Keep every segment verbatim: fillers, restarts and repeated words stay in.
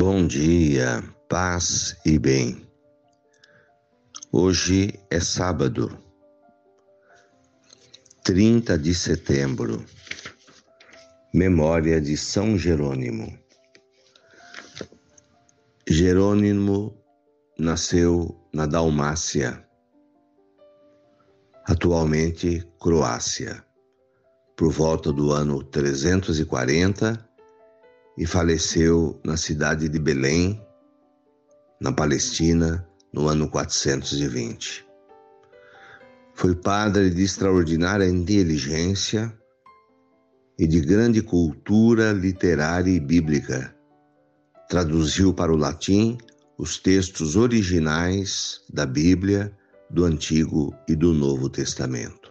Bom dia, paz e bem. Hoje é sábado, trinta de setembro, memória de São Jerônimo. Jerônimo nasceu na Dalmácia, atualmente Croácia, por volta do ano trezentos e quarenta e faleceu na cidade de Belém, na Palestina, no ano quatrocentos e vinte. Foi padre de extraordinária inteligência e de grande cultura literária e bíblica. Traduziu para o latim os textos originais da Bíblia, do Antigo e do Novo Testamento.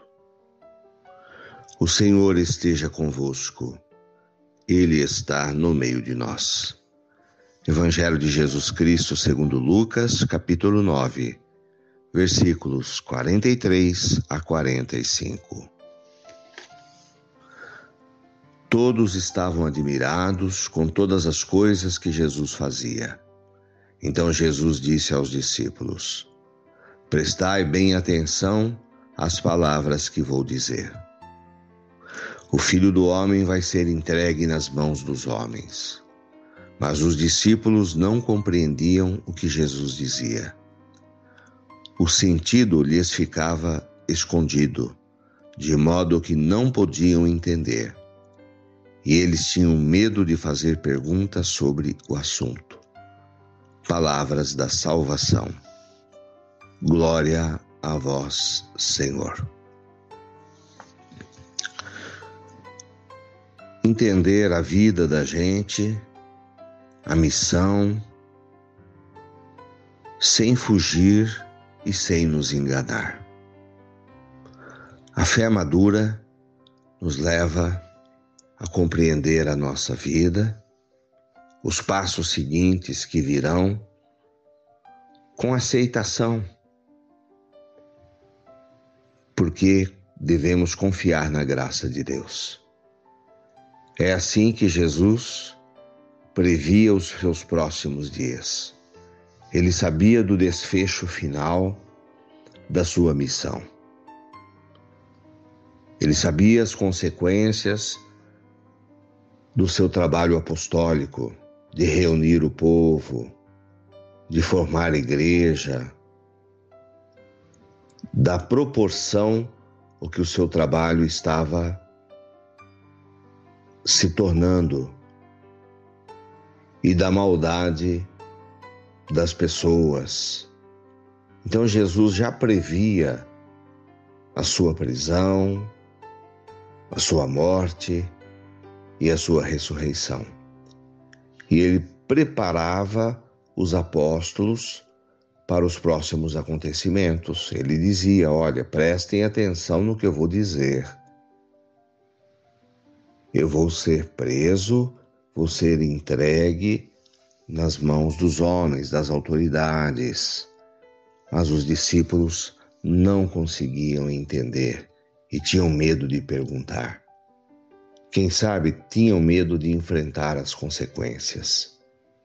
O Senhor esteja convosco. Ele está no meio de nós. Evangelho de Jesus Cristo segundo Lucas, capítulo nove, versículos quarenta e três a quarenta e cinco. Todos estavam admirados com todas as coisas que Jesus fazia. Então Jesus disse aos discípulos: Prestai bem atenção às palavras que vou dizer. O Filho do Homem vai ser entregue nas mãos dos homens. Mas os discípulos não compreendiam o que Jesus dizia. O sentido lhes ficava escondido, de modo que não podiam entender. E eles tinham medo de fazer perguntas sobre o assunto. Palavras da salvação. Glória a vós, Senhor. Entender a vida da gente, a missão, sem fugir e sem nos enganar. A fé madura nos leva a compreender a nossa vida, os passos seguintes que virão, com aceitação, porque devemos confiar na graça de Deus. É assim que Jesus previa os seus próximos dias. Ele sabia do desfecho final da sua missão. Ele sabia as consequências do seu trabalho apostólico, de reunir o povo, de formar a igreja, da proporção o que o seu trabalho estava se tornando e da maldade das pessoas. Então Jesus já previa a sua prisão, a sua morte e a sua ressurreição. E ele preparava os apóstolos para os próximos acontecimentos. Ele dizia: olha, prestem atenção no que eu vou dizer. Eu vou ser preso, vou ser entregue nas mãos dos homens, das autoridades. Mas os discípulos não conseguiam entender e tinham medo de perguntar. Quem sabe tinham medo de enfrentar as consequências.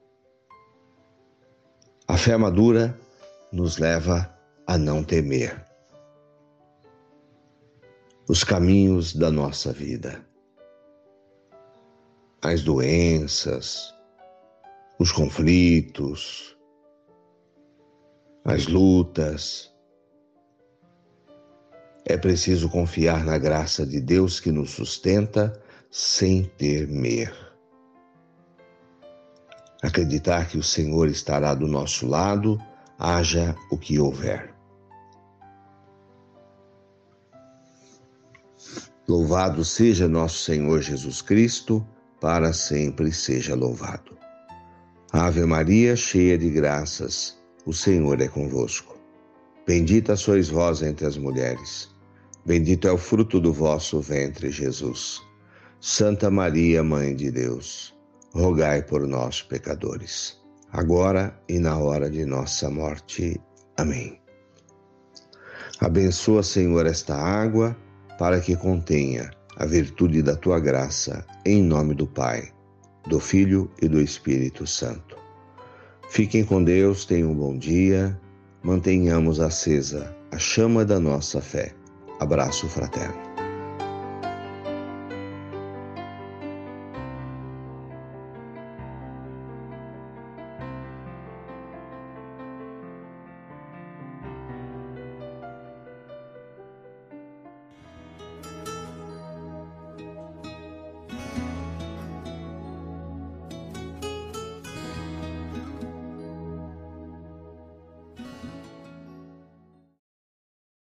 A fé madura nos leva a não temer os caminhos da nossa vida. As doenças, os conflitos, as lutas. É preciso confiar na graça de Deus que nos sustenta sem temer. Acreditar que o Senhor estará do nosso lado, haja o que houver. Louvado seja nosso Senhor Jesus Cristo, para sempre seja louvado. Ave Maria, cheia de graças, o Senhor é convosco. Bendita sois vós entre as mulheres. Bendito é o fruto do vosso ventre, Jesus. Santa Maria, Mãe de Deus, rogai por nós, pecadores, agora e na hora de nossa morte. Amém. Abençoa, Senhor, esta água, para que contenha a virtude da tua graça, em nome do Pai, do Filho e do Espírito Santo. Fiquem com Deus, tenham um bom dia, mantenhamos acesa a chama da nossa fé. Abraço fraterno.